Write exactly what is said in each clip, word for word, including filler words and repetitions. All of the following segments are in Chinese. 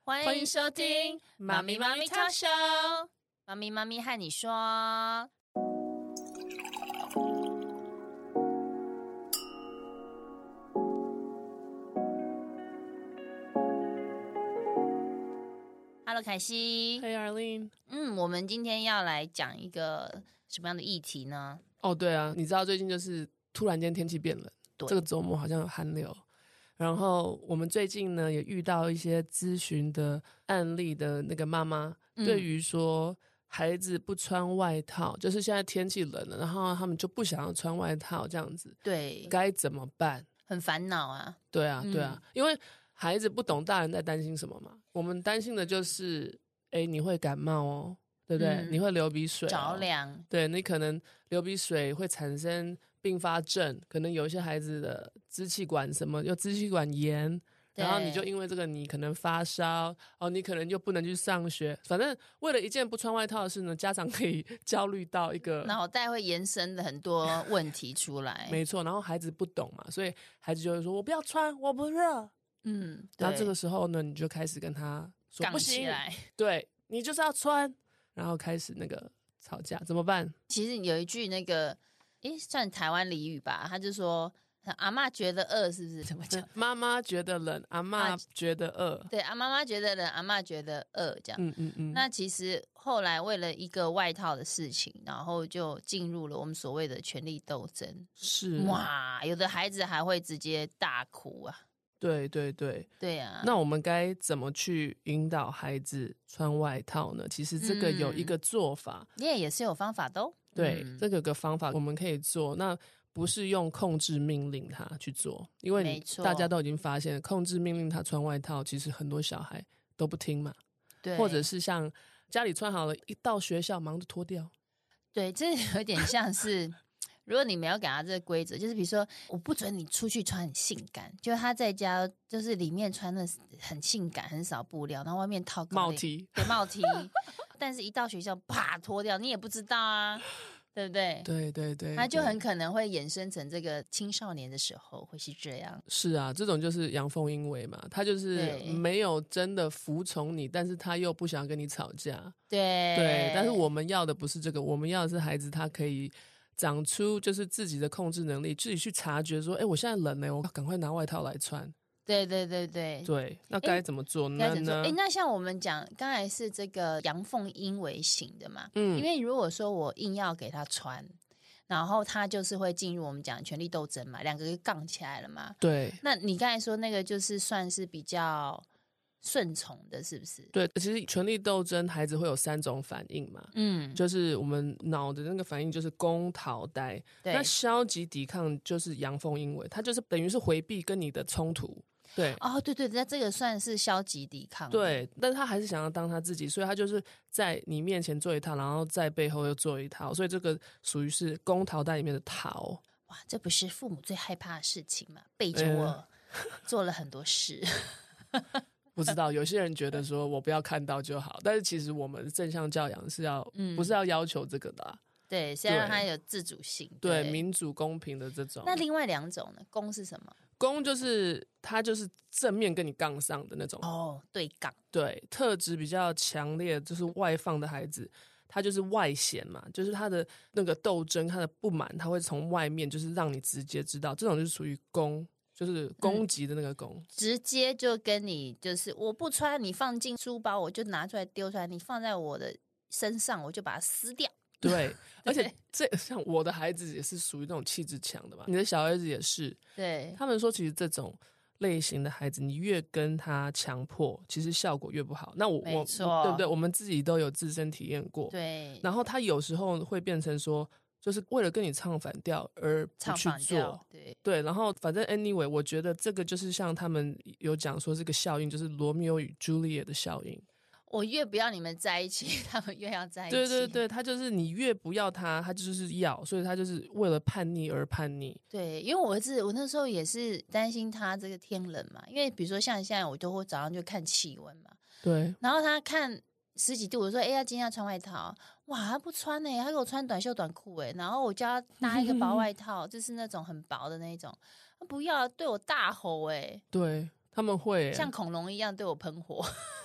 欢迎收听妈咪妈咪 talk show， 妈咪妈咪和你说。Hello， 凯西。 Hey Arlene。 嗯，我们今天要来讲一个什么样的议题呢？ 哦，对啊，你知道最近就是突然间天气变冷，这个周末好像有寒流。然后我们最近呢也遇到一些咨询的案例的那个妈妈，嗯、对于说孩子不穿外套，就是现在天气冷了，然后他们就不想要穿外套这样子， 对， 该怎么办？ 很烦恼啊。 对啊，对啊，嗯、因为孩子不懂大人在担心什么嘛，我们担心的就是哎，你会感冒哦，对不对？嗯、你会流鼻水、哦、 着凉， 对，你可能流鼻水会产生并发症，可能有一些孩子的支气管什么有支气管炎，然后你就因为这个你可能发烧哦，你可能就不能去上学。反正为了一件不穿外套的事呢，家长可以焦虑到一个脑袋会延伸的很多问题出来。 没错，然后孩子不懂嘛，所以孩子就会说我不要穿，我不热。嗯，然后这个时候呢，你就开始跟他说杠起来， 对，你就是要穿，然后开始那个吵架，怎么办？ 其实有一句那个诶算台湾俚语吧，他就说阿嬷觉得饿，是不是怎么讲？ 妈妈觉得冷，阿嬷觉得饿。 对，啊，妈妈觉得冷，阿嬷觉得饿，这样。嗯嗯嗯。那其实后来为了一个外套的事情，然后就进入了我们所谓的权力斗争。 是哇，有的孩子还会直接大哭啊。 对对对对啊。 那我们该怎么去引导孩子穿外套呢？其实这个有一个做法， 你、嗯、也是有方法的哦。 对、嗯，这个有个方法我们可以做。那不是用控制命令他去做，因为大家都已经发现控制命令他穿外套，其实很多小孩都不听嘛。对，或者是像家里穿好了，一到学校忙着脱掉。 对，这有点像是如果你没有给他这个规则，就是比如说我不准你出去穿很性感，就是他在家就是里面穿的很性感，很少布料，然后外面套帽 T， 对帽 T， 但是一到学校啪脱掉，你也不知道啊。对不对？ 对对对， 他就很可能会衍生成这个青少年的时候会是这样。 是啊，这种就是阳奉阴违嘛，他就是没有真的服从你，但是他又不想跟你吵架。 对对，但是我们要的不是这个，我们要的是孩子他可以长出就是自己的控制能力，自己去察觉说，哎，我现在冷了，我赶快拿外套来穿。 对对对对对，那该怎么做呢？ 哎，那像我们讲刚才是这个阳奉阴违型的嘛，嗯，因为如果说我硬要给他穿，然后他就是会进入我们讲权力斗争嘛，两个就杠起来了嘛。 对， 那你刚才说那个就是算是比较顺从的，是不是？ 对，其实权力斗争孩子会有三种反应嘛，嗯，就是我们脑的那个反应就是攻讨呆，那消极抵抗就是阳奉阴违，它就是等于是回避跟你的冲突。对哦，对对，那这个算是消极抵抗。 对，但是他还是想要当他自己，所以他就是在你面前做一套，然后在背后又做一套，所以这个属于是攻逃袋里面的逃。 哇，这不是父母最害怕的事情吗？背着我做了很多事。 不知道，有些人觉得说我不要看到就好，但是其实我们正向教养是要、嗯、不是要要求这个的、啊。 对，是要让他有自主性。 对，对民主公平的这种。 那另外两种呢？攻是什么？ 攻就是他就是正面跟你杠上的那种哦，对杠。 对，特质比较强烈，就是外放的孩子，他就是外显嘛，就是他的那个斗争，他的不满，他会从外面就是让你直接知道，这种就是属于攻，就是攻击的那个攻、嗯， 直接就跟你就是我不穿，你放进书包，我就拿出来丢出来，你放在我的身上，我就把它撕掉。 对，而且这像我的孩子也是属于那种气质强的嘛，你的小儿子也是。 对， 他们说其实这种类型的孩子，你越跟他强迫，其实效果越不好。那我我对不对？我们自己都有自身体验过。 对， 然后他有时候会变成说，就是为了跟你唱反调而不去做。 对对，然后反正 anyway， 我觉得这个就是像他们有讲说这个效应，就是罗密欧与朱丽叶的效应。 我越不要你们在一起，他们越要在一起。 对对对，他就是你越不要他，他就是要，所以他就是为了叛逆而叛逆。 对，因为我儿子，我那时候也是担心他这个天冷嘛，因为比如说像现在我都会早上就看气温嘛， 对， 然后他看十几度，我说哎呀，今天要穿外套，哇，他不穿呢、欸，他给我穿短袖短裤哎、欸，然后我叫他搭一个薄外套，就是那种很薄的那种，他不要，对我大吼哎、欸， 对。 他们会像恐龙一样对我喷火。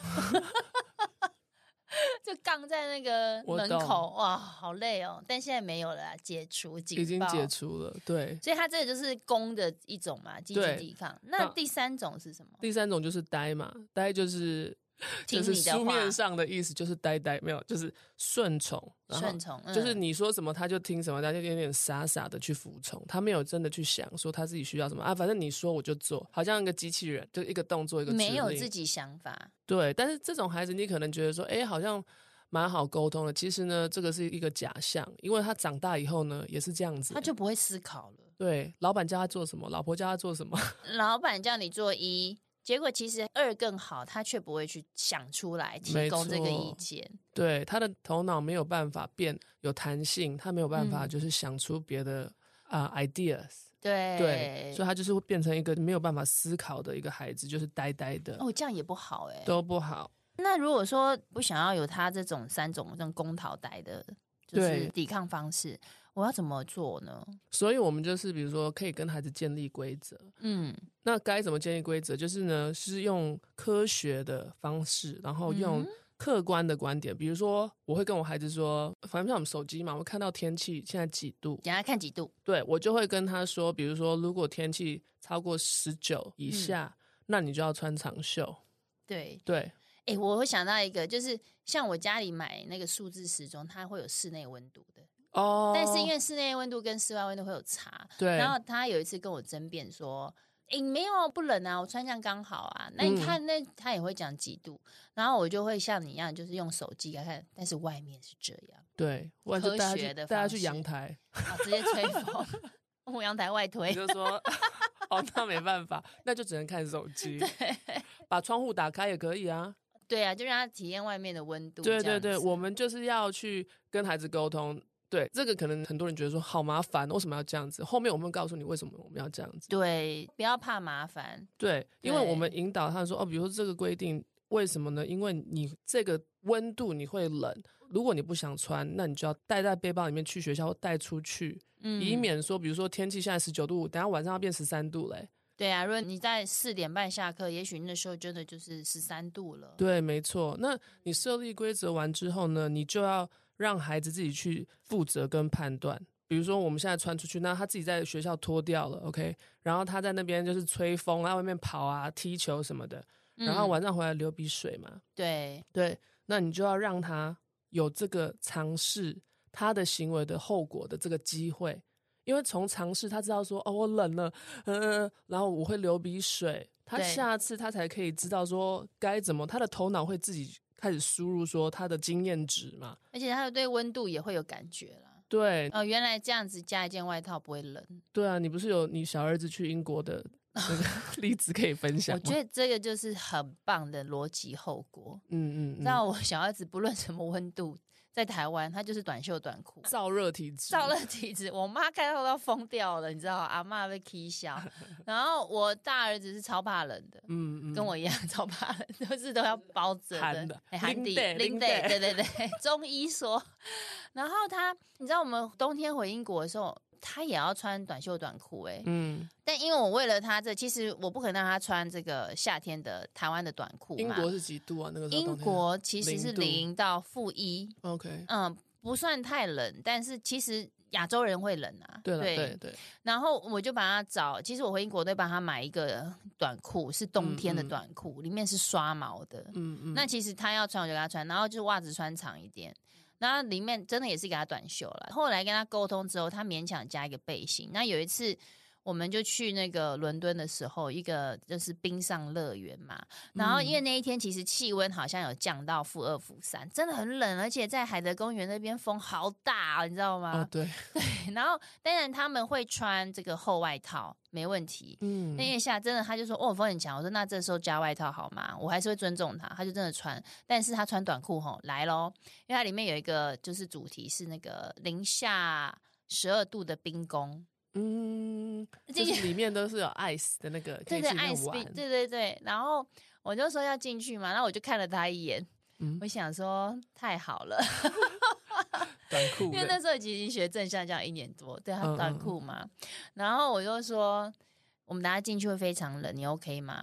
就杠在那个门口，哇，好累哦！但现在没有了啦，解除警报， 已经解除了，对。 所以它这个就是攻的一种嘛，积极抵抗。那第三种是什么？ 第三种就是呆嘛，呆就是就是书面上的意思，就是呆呆，没有，就是顺从， 顺从， 嗯、就是你说什么他就听什么，他就有点傻傻的去服从，他没有真的去想说他自己需要什么啊，反正你说我就做，好像一个机器人，就一个动作一个指令， 没有自己想法。 对，但是这种孩子你可能觉得说，哎，好像蛮好沟通的，其实呢，这个是一个假象，因为他长大以后呢，也是这样子， 他就不会思考了。 对，老板叫他做什么，老婆叫他做什么， 老板叫你做一。结果其实二更好，他却不会去想出来提供这个意见。 对，他的头脑没有办法变有弹性，他没有办法就是想出别的啊、呃、ideas。 对对，所以他就是会变成一个没有办法思考的一个孩子，就是呆呆的。 哦，这样也不好哎、欸， 都不好。 那如果说不想要有他这种三种这种公讨呆的，就是抵抗方式，我要怎么做呢？ 所以我们就是比如说可以跟孩子建立规则，嗯，那该怎么建立规则？就是呢，是用科学的方式，然后用客观的观点，嗯、比如说我会跟我孩子说，反正像我们手机嘛，我看到天气现在几度， 等下看几度， 对我就会跟他说，比如说如果天气超过十九以下、嗯，那你就要穿长袖。 对对。 哎、欸，我会想到一个，就是像我家里买那个数字时钟，它会有室内温度的哦，但是因为室内温度跟室外温度会有差，对。然后他有一次跟我争辩说：“哎、欸，没有不冷啊，我穿这样刚好啊。”那你看，那他也会讲几度，然后我就会像你一样，就是用手机来看，但是外面是这样， 对， 科学的方式， 带他去阳台， 啊，直接吹风，往阳台外推， 你就说。哦，那没办法，那就只能看手机。对，把窗户打开也可以啊。 对啊，就让他体验外面的温度。 对对对，我们就是要去跟孩子沟通。对，这个可能很多人觉得说好麻烦，为什么要这样子？后面我们会告诉你为什么我们要这样子。 对，不要怕麻烦。 对，因为我们引导他说哦，比如说这个规定为什么呢？因为你这个温度你会冷，如果你不想穿，那你就要带在背包里面去学校或带出去。嗯、以免说比如说天气现在十九度，等一下晚上要变十三度嘞。 对啊，如果你在四点半下课，也许那时候真的就是十三度了。 对，没错。那你设立规则完之后呢，你就要让孩子自己去负责跟判断。比如说我们现在穿出去，那他自己在学校脱掉了 OK， 然后他在那边就是吹风，在外面跑啊踢球什么的，然后晚上回来流鼻水嘛。 嗯、对对，那你就要让他有这个尝试他的行为的后果的这个机会。因为从尝试他知道说哦我冷了，嗯，然后我会流鼻水，他下次他才可以知道说该怎么，他的头脑会自己开始输入说他的经验值嘛， 而且他对温度也会有感觉啦。 对， 哦，原来这样子加一件外套不会冷。 对啊，你不是有你小儿子去英国的那个例子可以分享吗？ 我觉得这个就是很棒的逻辑后果。 嗯嗯嗯， 那我小儿子不论什么温度。在台湾，他就是短袖短裤， 燥热体质， 燥热体质。我妈看到都要疯掉了，你知道，阿嬷被气笑。然后我大儿子是超怕冷的，嗯嗯，跟我一样超怕冷，就是都要包着的，寒的，寒底，零得，对对对，中医说。然后他，你知道，我们冬天回英国的时候。他也要穿短袖短裤哎、欸，嗯，但因为我为了他这，其实我不可能让他穿这个夏天的台湾的短裤嘛。 英国是几度啊？那个时候英国其实是零到负一 ，OK， 嗯，不算太冷，但是其实亚洲人会冷啊。 对对 对, 对。 然后我就帮他找，其实我回英国都帮他买一个短裤，是冬天的短裤，嗯嗯里面是刷毛的。嗯嗯。那其实他要穿我就给他穿，然后就袜子穿长一点。然后里面真的也是给他短袖了。后来跟他沟通之后，他勉强加一个背心。那有一次，我们就去那个伦敦的时候，一个就是冰上乐园嘛。然后因为那一天其实气温好像有降到负二、负三，真的很冷，而且在海德公园那边风好大、哦，你知道吗？ 哦，对对。然后当然他们会穿这个厚外套，没问题。嗯。那一下真的他就说哦风很强，我说那这时候加外套好吗？我还是会尊重他，他就真的穿，但是他穿短裤吼来咯，因为它里面有一个就是主题是那个零下十二度的冰宫。嗯， 就是里面都是有 ice 的那个，可以去那玩。 对对 ice， 对对对。然后我就说要进去嘛，然后我就看了他一眼，嗯、我想说太好了， 短裤， 因为那时候已经学正向教一年多，对他短裤嘛。嗯嗯然后我就说，我们等下进去会非常冷，你 OK 吗？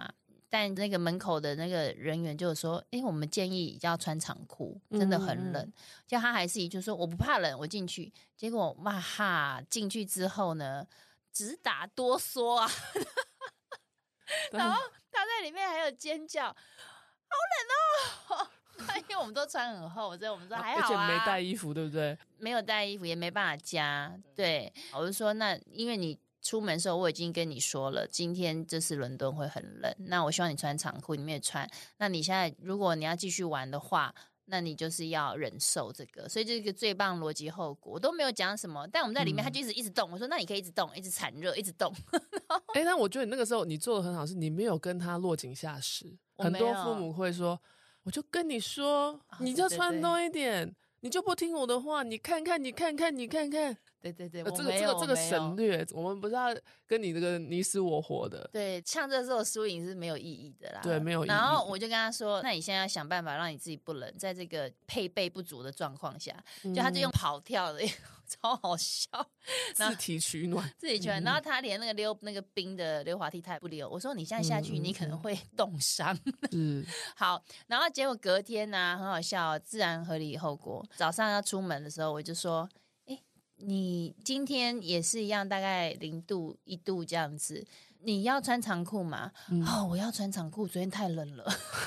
但那个门口的那个人员就说：“哎、欸，我们建议要穿长裤，真的很冷。嗯”就他还是一就说：“我不怕冷，我进去。”结果哇哈，进去之后呢，直打哆嗦啊！然后他在里面还有尖叫，好冷哦！因为我们都穿很厚，所以我们说还好啊， 而且没带衣服，对不对？ 没有带衣服，也没办法加。对，我就说那因为你。出门的时候我已经跟你说了，今天这次伦敦会很冷，那我希望你穿长裤，你没有穿。那你现在如果你要继续玩的话，那你就是要忍受这个。所以这是一个最棒逻辑后果，我都没有讲什么，但我们在里面他就一直一直动。我说那你可以一直动，一直产热，一直动。 哎、欸，那我觉得你那个时候你做的很好，是你没有跟他落井下石。很多父母会说，我就跟你说，哦、你就穿多一点，对对对，你就不听我的话，你看看，你看看，你看看。 对对对， 呃、这个这个这个省略，我们不是要跟你这个你死我活的。 对，像这时候输赢是没有意义的啦。 对，没有意义。 然后我就跟他说，那你现在要想办法让你自己不冷，在这个配备不足的状况下，就他就用跑跳的，嗯、超好笑， 自体取暖， 自体取暖。然后他连那个溜那个冰的溜滑梯他也不溜。我说你现在下去，你可能会冻伤。 是好，然后结果隔天呢、啊，很好笑，自然合理后果。早上要出门的时候，我就说。你今天也是一样，大概零度一度这样子，你要穿长裤吗？嗯、哦，我要穿长裤，昨天太冷了。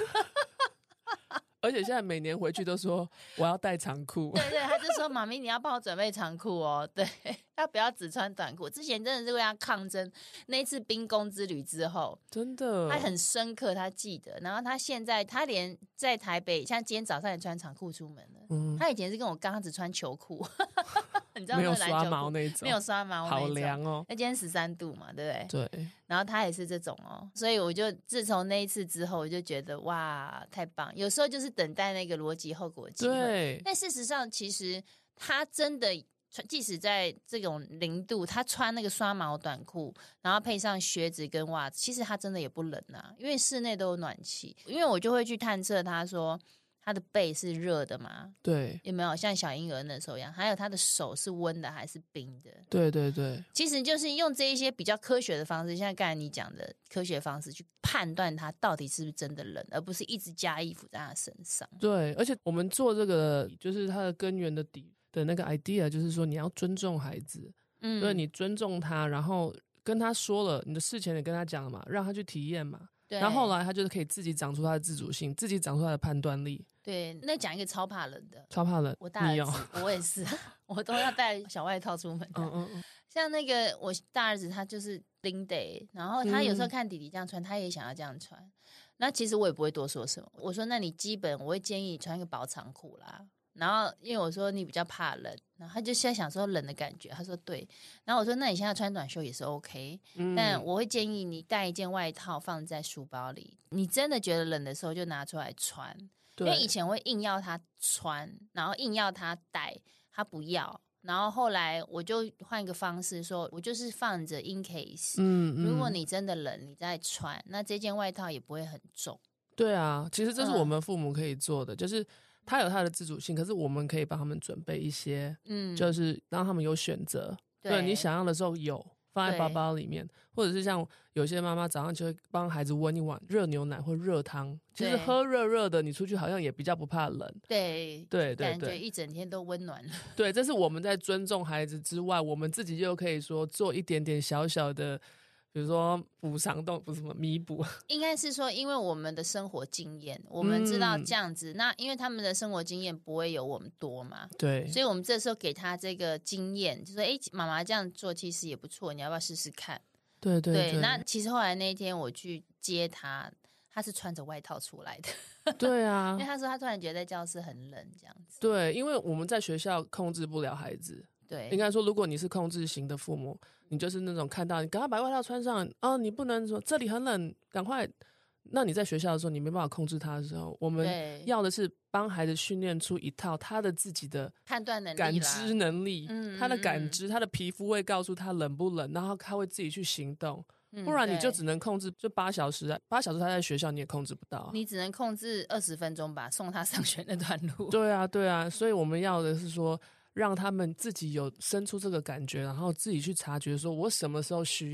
而且现在每年回去都说我要带长裤。 对对，他就说妈咪你要帮我准备长裤哦，对，要不要只穿短裤？之前真的是为他抗争，那一次冰宫之旅之后， 真的他很深刻，他记得。然后他现在他连在台北，像今天早上也穿长裤出门了。嗯，他以前是跟我刚刚只穿球裤。你知道没有刷毛那种， 没有刷毛那种， 好凉哦。 那今天十三度嘛，对不对？对。 然后他也是这种哦，所以我就自从那一次之后，我就觉得哇，太棒！有时候就是等待那个逻辑后果的机会。 对。 但事实上，其实他真的，即使在这种零度，他穿那个刷毛短裤，然后配上靴子跟袜子，其实他真的也不冷啊，因为室内都有暖气。因为我就会去探测他说。他的背是热的吗？ 对， 有没有像小婴儿那时候一样？还有他的手是温的还是冰的？ 对对对， 其实就是用这一些比较科学的方式，像刚才你讲的科学方式去判断他到底是不是真的冷，而不是一直加衣服在他身上。 对，而且我们做这个就是他的根源的底的那个 idea， 就是说你要尊重孩子，嗯，所以你尊重他，然后跟他说了你的事前也跟他讲了嘛，让他去体验嘛。然后后来他就是可以自己长出他的自主性，自己长出他的判断力。 对，那讲一个超怕冷的， 超怕冷。 我大儿子，我也是，我都要带小外套出门。嗯嗯嗯。像那个我大儿子，他就是拎得，然后他有时候看弟弟这样穿，他也想要这样穿。那其实我也不会多说什么，我说那你基本我会建议你穿一个薄长裤啦。然后因为我说你比较怕冷，然后他就现在想说冷的感觉，他说对，然后我说那你现在穿短袖也是 OK，嗯，但我会建议你带一件外套放在书包里，你真的觉得冷的时候就拿出来穿，因为以前我会硬要他穿，然后硬要他带，他不要，然后后来我就换一个方式说，我就是放着 in case，嗯嗯，如果你真的冷你再穿，那这件外套也不会很重。对啊，其实这是我们父母可以做的，嗯，就是他有他的自主性，可是我们可以帮他们准备一些，嗯，就是让他们有选择。对，对你想要的时候有放在包包里面，或者是像有些妈妈早上就会帮孩子温一碗热牛奶或热汤，其实喝热热的，你出去好像也比较不怕冷。 对对对对， 感觉一整天都温暖了。 对，这是我们在尊重孩子之外，我们自己又可以说做一点点小小的。比如说补偿动不是什么弥补， 应该是说因为我们的生活经验我们知道这样子，嗯，那因为他们的生活经验不会有我们多嘛， 对， 所以我们这时候给他这个经验，就说哎，妈妈这样做其实也不错，你要不要试试看？ 对对 对, 对，那其实后来那一天我去接他，他是穿着外套出来的。 对啊， 因为他说他突然觉得在教室很冷这样子。 对，因为我们在学校控制不了孩子，对，应该说如果你是控制型的父母，你就是那种看到你赶快把外套穿上，哦，你不能说这里很冷，赶快。那你在学校的时候，你没办法控制他的时候，我们要的是帮孩子训练出一套他的自己的判断能力、 感知能力，嗯，他的感知，他的皮肤会告诉他冷不冷，然后他会自己去行动。嗯，不然你就只能控制就八小时，八小时他在学校你也控制不到， 你只能控制二十分钟吧，送他上学那段路。 对啊，对啊，所以我们要的是说。让他们自己有生出这个感觉，然后自己去察觉说我什么时候需要，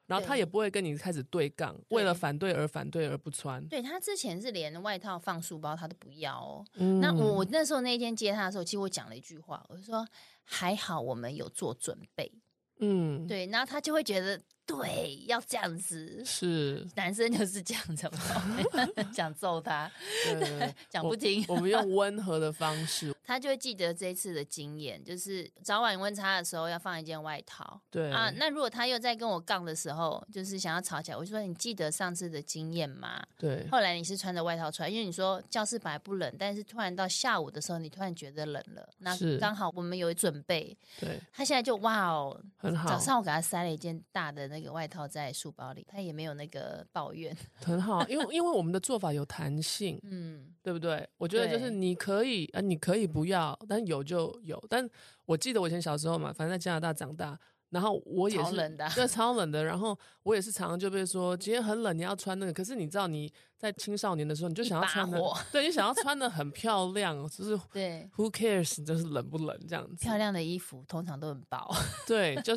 然后他也不会跟你开始对杠，为了反对而反对而不穿。 对，他之前是连外套放书包他都不要哦。嗯、那我我那时候那天接他的时候，其实我讲了一句话，我就说还好我们有做准备。嗯，对，然后他就会觉得对，要这样子， 是男生就是这样子，想揍他，讲不听我。我们用温和的方式， 他就会记得这一次的经验，就是早晚温差的时候要放一件外套。 对啊，那如果他又在跟我杠的时候，就是想要吵起来，我就说你记得上次的经验吗？ 对， 后来你是穿着外套出来，因为你说教室本来不冷，但是突然到下午的时候，你突然觉得冷了，那刚好我们有准备。 对， 他现在就哇哦， 很好。 早上我给他塞了一件大的那个外套在书包里，他也没有那个抱怨， 很好，因为因为我们的做法有弹性，嗯，对不对？我觉得就是你可以啊、呃，你可以不要，但有就有。但我记得我以前小时候嘛，反正在加拿大长大，然后我也是超冷的， 对，超冷的。然后我也是常常就被说今天很冷，你要穿那个。可是你知道你在青少年的时候，你就想要穿的，对你想要穿的很漂亮，就是对 ，Who cares？ 就是冷不冷这样子。 漂亮的衣服通常都很薄， 对，就是。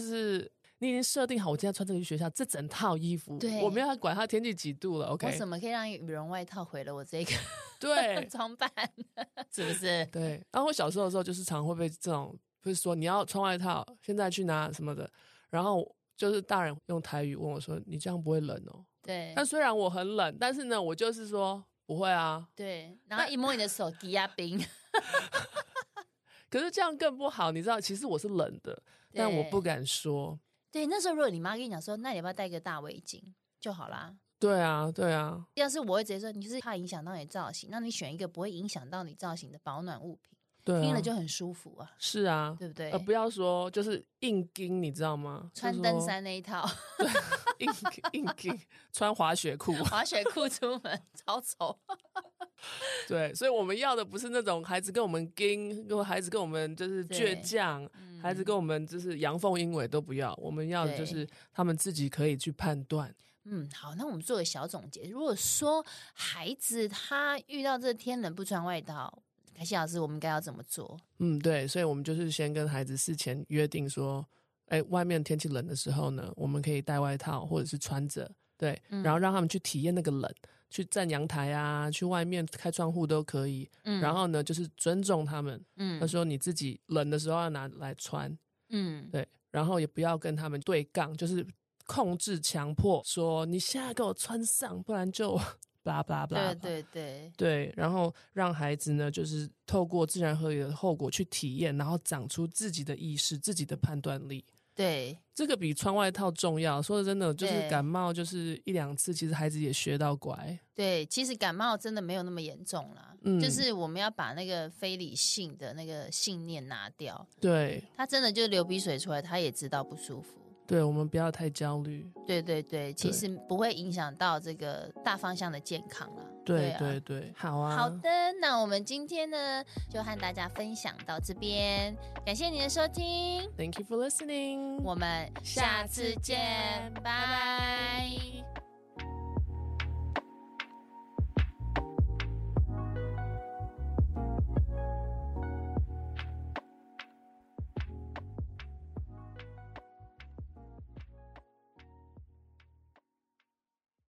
你已经设定好，我今天穿这个去学校，这整套衣服，我没有管它天气几度了。OK， 我怎么可以让羽绒外套毁了我这个对装扮？是不是？ 对。然后我小时候的时候，就是常会被这种，就是说你要穿外套，现在去拿什么的，然后就是大人用台语问我说：“你这样不会冷哦？” 对。 但虽然我很冷，但是呢，我就是说不会啊。 对。然后一摸你的手，低压冰。 可是这样更不好，你知道，其实我是冷的，但我不敢说。 对，那时候如果你妈跟你讲说，那你要不要戴个大围巾就好啦？ 对啊，对啊。 要是我会直接说，你就是怕影响到你造型，那你选一个不会影响到你造型的保暖物品，对、啊，听了就很舒服啊。 是啊， 对不对？ 呃，不要说就是硬筋，你知道吗？ 穿登山那一套， 硬硬筋，穿滑雪裤， 滑雪裤出门超丑。 对，所以我们要的不是那种孩子跟我们硬，跟孩子跟我们就是倔强，嗯、孩子跟我们就是阳奉阴违都不要。我们要的就是他们自己可以去判断。 嗯，好，那我们做个小总结。如果说孩子他遇到这天冷不穿外套，凯西老师，我们应该要怎么做？ 嗯，对，所以我们就是先跟孩子事前约定说，哎，外面天气冷的时候呢，我们可以带外套或者是穿着，对，嗯、然后让他们去体验那个冷。去站阳台啊，去外面开窗户都可以。嗯，然后呢，就是尊重他们。嗯，他说你自己冷的时候要拿来穿。嗯，对，然后也不要跟他们对杠，就是控制、强迫说你现在给我穿上，不然就blah blah blah。 对对对对，然后让孩子呢，就是透过自然合理的后果去体验，然后长出自己的意识、自己的判断力。 对， 这个比穿外套重要。说的真的，就是感冒就是一两次，其实孩子也学到乖。 对，其实感冒真的没有那么严重啦。嗯，就是我们要把那个非理性的那个信念拿掉。 对， 他真的就流鼻水出来，他也知道不舒服。 对，我们不要太焦虑。 对对对，其实不会影响到这个大方向的健康啦。 对对、啊、 对对，好啊。 好的，那我们今天呢，就和大家分享到这边，感谢您的收听 ，Thank you for listening， 我们下次见，拜拜。